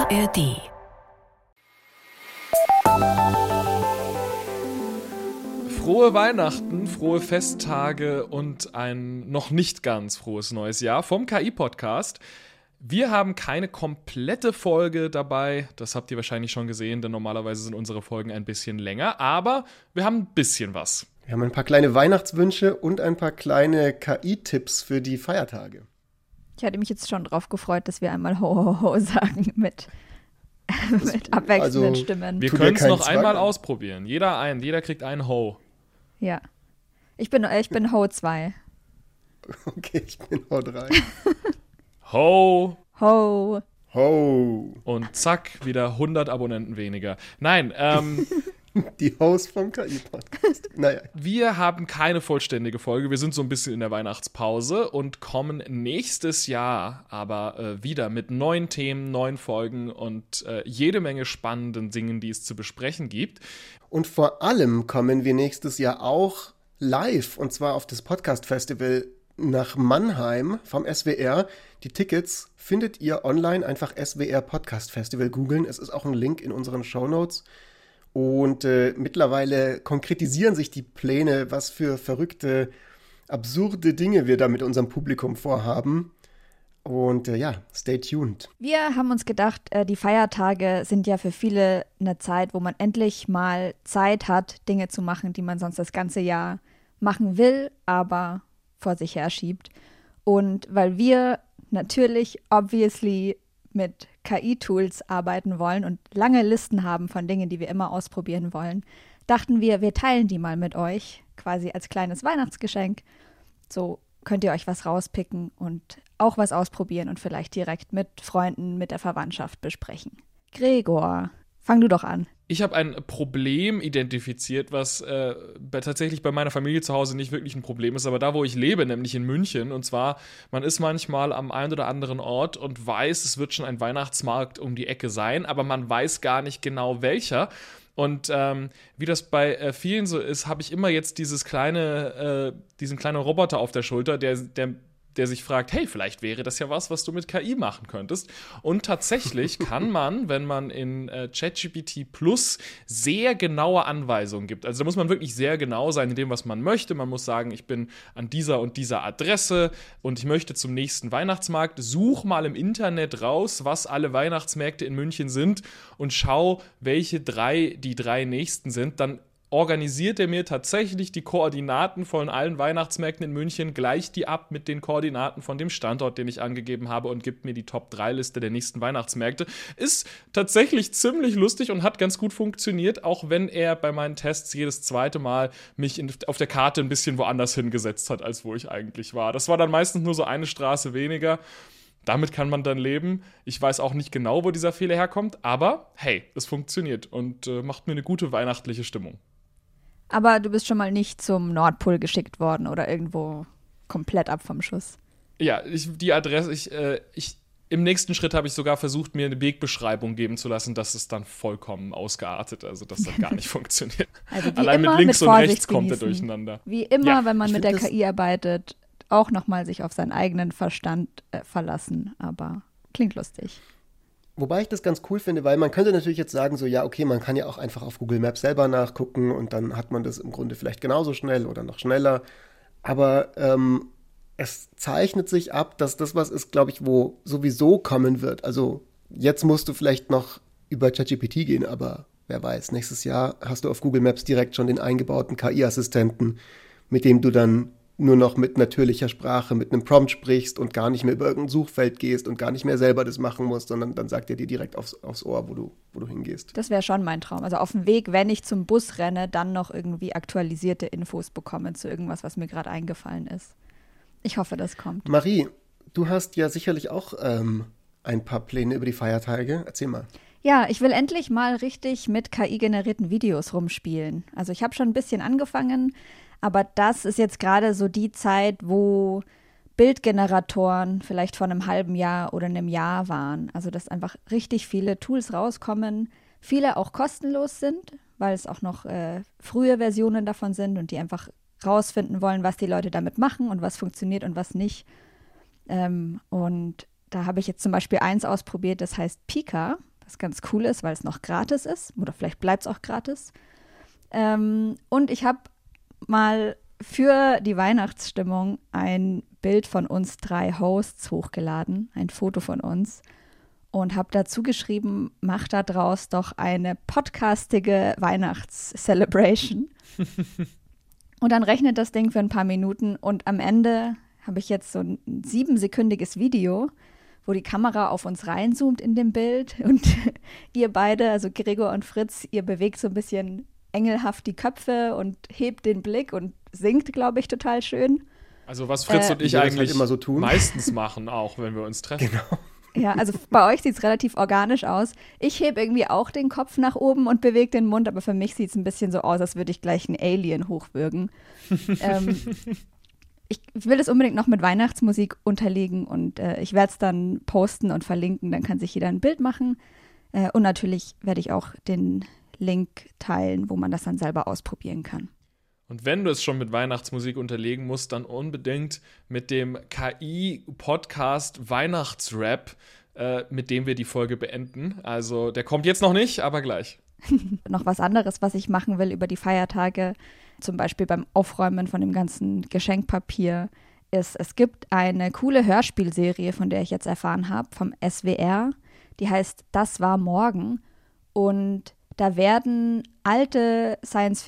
ARD. Frohe Weihnachten, frohe Festtage und ein noch nicht ganz frohes neues Jahr vom KI-Podcast. Wir haben keine komplette Folge dabei, das habt ihr wahrscheinlich schon gesehen, denn normalerweise sind unsere Folgen ein bisschen länger, aber wir haben ein bisschen was. Wir haben ein paar kleine Weihnachtswünsche und ein paar kleine KI-Tipps für die Feiertage. Ich hatte mich jetzt schon drauf gefreut, dass wir einmal Ho, Ho, Ho sagen mit abwechselnden Stimmen. Wir können es noch einmal ausprobieren. Jeder kriegt einen Ho. Ja. Ich bin Ho 2. Okay, ich bin Ho 3. Ho. Ho. Ho. Und zack, wieder 100 Abonnenten weniger. Nein, Die Host vom KI-Podcast. Naja. Wir haben keine vollständige Folge. Wir sind so ein bisschen in der Weihnachtspause und kommen nächstes Jahr aber wieder mit neuen Themen, neuen Folgen und jede Menge spannenden Dingen, die es zu besprechen gibt. Und vor allem kommen wir nächstes Jahr auch live, und zwar auf das Podcast-Festival nach Mannheim vom SWR. Die Tickets findet ihr online, einfach SWR Podcast Festival googeln. Es ist auch ein Link in unseren Shownotes. Und mittlerweile konkretisieren sich die Pläne, was für verrückte, absurde Dinge wir da mit unserem Publikum vorhaben. Und stay tuned. Wir haben uns gedacht, die Feiertage sind ja für viele eine Zeit, wo man endlich mal Zeit hat, Dinge zu machen, die man sonst das ganze Jahr machen will, aber vor sich her schiebt. Und weil wir natürlich, obviously, mit KI-Tools arbeiten wollen und lange Listen haben von Dingen, die wir immer ausprobieren wollen, dachten wir teilen die mal mit euch, quasi als kleines Weihnachtsgeschenk. So könnt ihr euch was rauspicken und auch was ausprobieren und vielleicht direkt mit Freunden, mit der Verwandtschaft besprechen. Gregor, fang du doch an. Ich habe ein Problem identifiziert, was tatsächlich bei meiner Familie zu Hause nicht wirklich ein Problem ist, aber da, wo ich lebe, nämlich in München. Und zwar, man ist manchmal am einen oder anderen Ort und weiß, es wird schon ein Weihnachtsmarkt um die Ecke sein, aber man weiß gar nicht genau welcher. Und wie das bei vielen so ist, habe ich immer jetzt diesen kleinen Roboter auf der Schulter, der sich fragt, hey, vielleicht wäre das ja was du mit KI machen könntest. Und tatsächlich kann man, wenn man in ChatGPT Plus sehr genaue Anweisungen gibt, also da muss man wirklich sehr genau sein in dem, was man möchte. Man muss sagen, ich bin an dieser und dieser Adresse und ich möchte zum nächsten Weihnachtsmarkt. Such mal im Internet raus, was alle Weihnachtsmärkte in München sind und schau, welche die drei nächsten sind. Dann organisiert er mir tatsächlich die Koordinaten von allen Weihnachtsmärkten in München, gleicht die ab mit den Koordinaten von dem Standort, den ich angegeben habe und gibt mir die Top-3-Liste der nächsten Weihnachtsmärkte. Ist tatsächlich ziemlich lustig und hat ganz gut funktioniert, auch wenn er bei meinen Tests jedes zweite Mal mich auf der Karte ein bisschen woanders hingesetzt hat, als wo ich eigentlich war. Das war dann meistens nur so eine Straße weniger. Damit kann man dann leben. Ich weiß auch nicht genau, wo dieser Fehler herkommt, aber hey, es funktioniert und macht mir eine gute weihnachtliche Stimmung. Aber du bist schon mal nicht zum Nordpol geschickt worden oder irgendwo komplett ab vom Schuss. Ja, die Adresse, im nächsten Schritt habe ich sogar versucht, mir eine Wegbeschreibung geben zu lassen, dass es dann vollkommen ausgeartet, also dass das gar nicht funktioniert. Also allein mit links und rechts kommt er durcheinander. Wie immer, ja, wenn man mit der KI arbeitet, auch nochmal sich auf seinen eigenen Verstand verlassen, aber klingt lustig. Wobei ich das ganz cool finde, weil man könnte natürlich jetzt sagen, so ja, okay, man kann ja auch einfach auf Google Maps selber nachgucken und dann hat man das im Grunde vielleicht genauso schnell oder noch schneller. Aber es zeichnet sich ab, dass das was ist, glaube ich, wo sowieso kommen wird. Also jetzt musst du vielleicht noch über ChatGPT gehen, aber wer weiß, nächstes Jahr hast du auf Google Maps direkt schon den eingebauten KI-Assistenten, mit dem du dann nur noch mit natürlicher Sprache, mit einem Prompt sprichst und gar nicht mehr über irgendein Suchfeld gehst und gar nicht mehr selber das machen musst, sondern dann sagt er dir direkt aufs Ohr, wo du hingehst. Das wäre schon mein Traum. Also auf dem Weg, wenn ich zum Bus renne, dann noch irgendwie aktualisierte Infos bekommen zu irgendwas, was mir gerade eingefallen ist. Ich hoffe, das kommt. Marie, du hast ja sicherlich auch ein paar Pläne über die Feiertage. Erzähl mal. Ja, ich will endlich mal richtig mit KI-generierten Videos rumspielen. Also ich habe schon ein bisschen angefangen, aber das ist jetzt gerade so die Zeit, wo Bildgeneratoren vielleicht vor einem halben Jahr oder einem Jahr waren. Also dass einfach richtig viele Tools rauskommen, viele auch kostenlos sind, weil es auch noch frühe Versionen davon sind und die einfach rausfinden wollen, was die Leute damit machen und was funktioniert und was nicht. Und da habe ich jetzt zum Beispiel eins ausprobiert, das heißt Pika. was ganz cool ist, weil es noch gratis ist. Oder vielleicht bleibt es auch gratis. Und ich habe mal für die Weihnachtsstimmung ein Bild von uns 3 Hosts hochgeladen, ein Foto von uns. Und habe dazu geschrieben, mach da draus doch eine podcastige Weihnachtscelebration. Und dann rechnet das Ding für ein paar Minuten und am Ende habe ich jetzt so ein 7-sekündiges Video, wo die Kamera auf uns reinzoomt in dem Bild und ihr beide, also Gregor und Fritz, ihr bewegt so ein bisschen engelhaft die Köpfe und hebt den Blick und singt, glaube ich, total schön. Also was Fritz und ich eigentlich halt immer so tun. Meistens machen, auch wenn wir uns treffen. Genau. Ja, also bei euch sieht es relativ organisch aus. Ich hebe irgendwie auch den Kopf nach oben und bewege den Mund, aber für mich sieht es ein bisschen so aus, als würde ich gleich einen Alien hochwürgen. Ich will es unbedingt noch mit Weihnachtsmusik unterlegen und ich werde es dann posten und verlinken, dann kann sich jeder ein Bild machen. Und natürlich werde ich auch den Link teilen, wo man das dann selber ausprobieren kann. Und wenn du es schon mit Weihnachtsmusik unterlegen musst, dann unbedingt mit dem KI-Podcast Weihnachtsrap, mit dem wir die Folge beenden. Also der kommt jetzt noch nicht, aber gleich. Noch was anderes, was ich machen will über die Feiertage, zum Beispiel beim Aufräumen von dem ganzen Geschenkpapier, ist, es gibt eine coole Hörspielserie, von der ich jetzt erfahren habe, vom SWR. Die heißt Das war morgen. Und da werden alte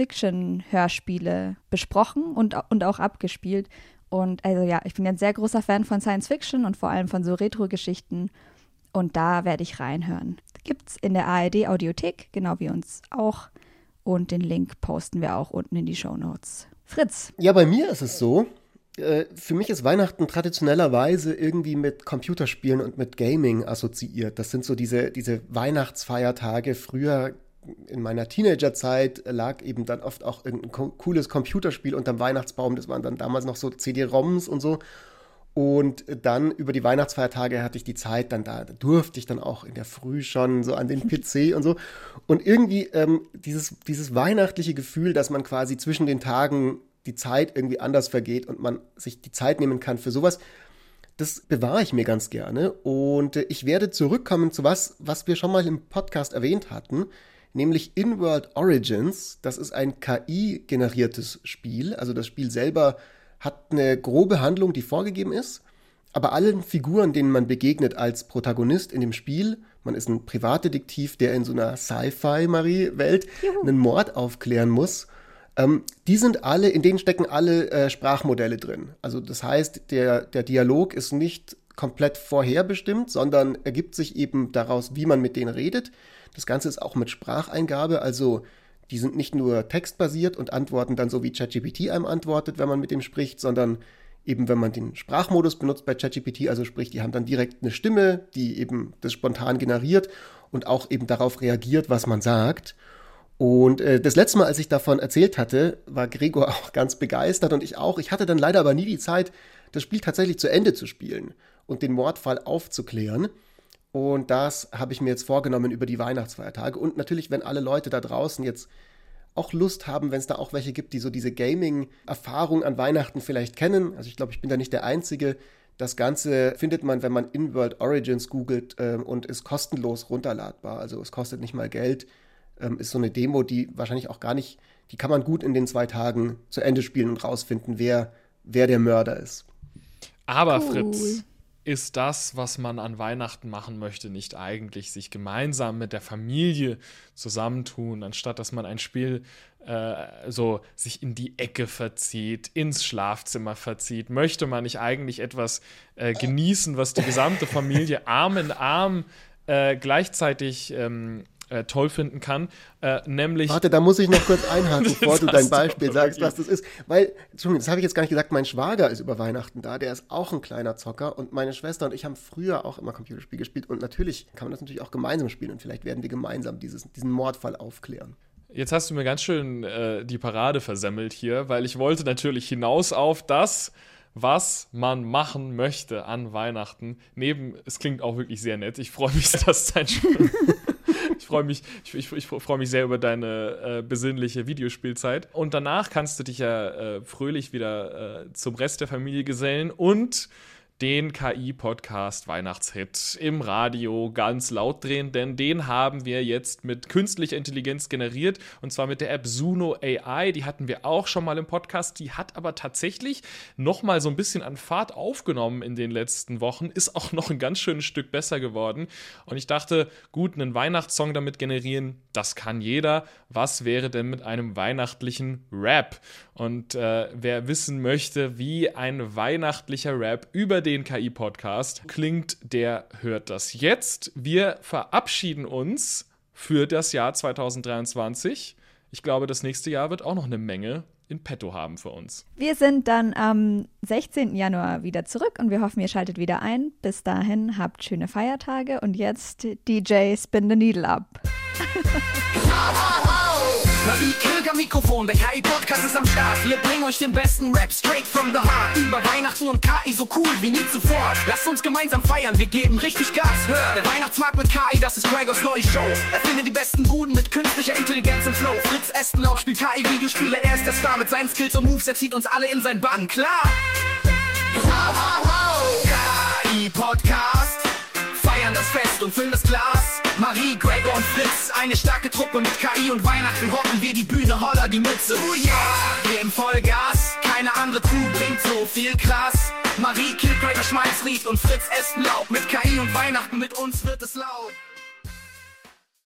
Science-Fiction-Hörspiele besprochen und auch abgespielt. Und also ja, ich bin ein sehr großer Fan von Science-Fiction und vor allem von so Retro-Geschichten. Und da werde ich reinhören. Gibt's in der ARD-Audiothek, genau wie uns auch. Und den Link posten wir auch unten in die Shownotes. Fritz. Ja, bei mir ist es so, für mich ist Weihnachten traditionellerweise irgendwie mit Computerspielen und mit Gaming assoziiert. Das sind so diese Weihnachtsfeiertage. Früher in meiner Teenagerzeit lag eben dann oft auch ein cooles Computerspiel unterm Weihnachtsbaum. Das waren dann damals noch so CD-ROMs und so. Und dann über die Weihnachtsfeiertage hatte ich die Zeit, da durfte ich dann auch in der Früh schon so an den PC und so. Und irgendwie dieses weihnachtliche Gefühl, dass man quasi zwischen den Tagen die Zeit irgendwie anders vergeht und man sich die Zeit nehmen kann für sowas, das bewahre ich mir ganz gerne. Und ich werde zurückkommen zu was wir schon mal im Podcast erwähnt hatten, nämlich In-World Origins. Das ist ein KI-generiertes Spiel. Also das Spiel selber hat eine grobe Handlung, die vorgegeben ist, aber allen Figuren, denen man begegnet als Protagonist in dem Spiel, man ist ein Privatdetektiv, der in so einer Sci-Fi-Marie-Welt einen Mord aufklären muss, in denen stecken alle Sprachmodelle drin. Also das heißt, der Dialog ist nicht komplett vorherbestimmt, sondern ergibt sich eben daraus, wie man mit denen redet. Das Ganze ist auch mit Spracheingabe, also die sind nicht nur textbasiert und antworten dann so, wie ChatGPT einem antwortet, wenn man mit dem spricht, sondern eben, wenn man den Sprachmodus benutzt bei ChatGPT, also sprich, die haben dann direkt eine Stimme, die eben das spontan generiert und auch eben darauf reagiert, was man sagt. Und das letzte Mal, als ich davon erzählt hatte, war Gregor auch ganz begeistert und ich auch. Ich hatte dann leider aber nie die Zeit, das Spiel tatsächlich zu Ende zu spielen und den Mordfall aufzuklären. Und das habe ich mir jetzt vorgenommen über die Weihnachtsfeiertage. Und natürlich, wenn alle Leute da draußen jetzt auch Lust haben, wenn es da auch welche gibt, die so diese Gaming-Erfahrung an Weihnachten vielleicht kennen. Also ich glaube, ich bin da nicht der Einzige. Das Ganze findet man, wenn man In-World Origins googelt und ist kostenlos runterladbar. Also es kostet nicht mal Geld. Ist so eine Demo, die wahrscheinlich auch gar nicht, die kann man gut in den 2 Tagen zu Ende spielen und rausfinden, wer der Mörder ist. Aber cool. Fritz, ist das, was man an Weihnachten machen möchte, nicht eigentlich sich gemeinsam mit der Familie zusammentun, anstatt dass man ein Spiel so sich in die Ecke verzieht, ins Schlafzimmer verzieht? Möchte man nicht eigentlich etwas genießen, was die gesamte Familie Arm in Arm gleichzeitig toll finden kann, nämlich... Warte, da muss ich noch kurz einhaken, bevor du dein Beispiel sagst, was das ist. Weil, Entschuldigung, das habe ich jetzt gar nicht gesagt, mein Schwager ist über Weihnachten da, der ist auch ein kleiner Zocker und meine Schwester und ich haben früher auch immer Computerspiel gespielt und natürlich kann man das natürlich auch gemeinsam spielen und vielleicht werden wir gemeinsam diesen Mordfall aufklären. Jetzt hast du mir ganz schön die Parade versemmelt hier, weil ich wollte natürlich hinaus auf das, was man machen möchte an Weihnachten. Es klingt auch wirklich sehr nett. Ich freue mich, dass dein Spiel... Ich freue mich sehr über deine besinnliche Videospielzeit. Und danach kannst du dich ja fröhlich wieder zum Rest der Familie gesellen und den KI-Podcast Weihnachtshit im Radio ganz laut drehen, denn den haben wir jetzt mit künstlicher Intelligenz generiert, und zwar mit der App Suno AI. Die hatten wir auch schon mal im Podcast, die hat aber tatsächlich noch mal so ein bisschen an Fahrt aufgenommen in den letzten Wochen, ist auch noch ein ganz schönes Stück besser geworden, und ich dachte, gut, einen Weihnachtssong damit generieren, das kann jeder. Was wäre denn mit einem weihnachtlichen Rap? Und wer wissen möchte, wie ein weihnachtlicher Rap über den KI-Podcast klingt, der hört das jetzt. Wir verabschieden uns für das Jahr 2023. Ich glaube, das nächste Jahr wird auch noch eine Menge in petto haben für uns. Wir sind dann am 16. Januar wieder zurück und wir hoffen, ihr schaltet wieder ein. Bis dahin, habt schöne Feiertage und jetzt DJ Spin the Needle ab. Marie Krüger Mikrofon, der KI-Podcast ist am Start. Wir bringen euch den besten Rap straight from the heart. Über Weihnachten und KI so cool wie nie zuvor. Lasst uns gemeinsam feiern, wir geben richtig Gas. Hör, der Weihnachtsmarkt mit KI, das ist Gregors neue Show. Erfinde die besten Buden mit künstlicher Intelligenz und Flow. Fritz Espenlaub spielt KI-Videospiele, er ist der Star mit seinen Skills und Moves. Er zieht uns alle in sein Bann, klar. KI-Podcast, feiern das Fest und füllen das Glas. Marie, Gregor und Fritz, eine starke Truppe mit KI und Weihnachten rocken wir die Bühne, holla die Mütze. Oh yeah, geben Vollgas, keine andere Crew bringt so viel Klass. Marie killt Gregor Schmalzried und Fritz Espenlaub, mit KI und Weihnachten mit uns wird es laut.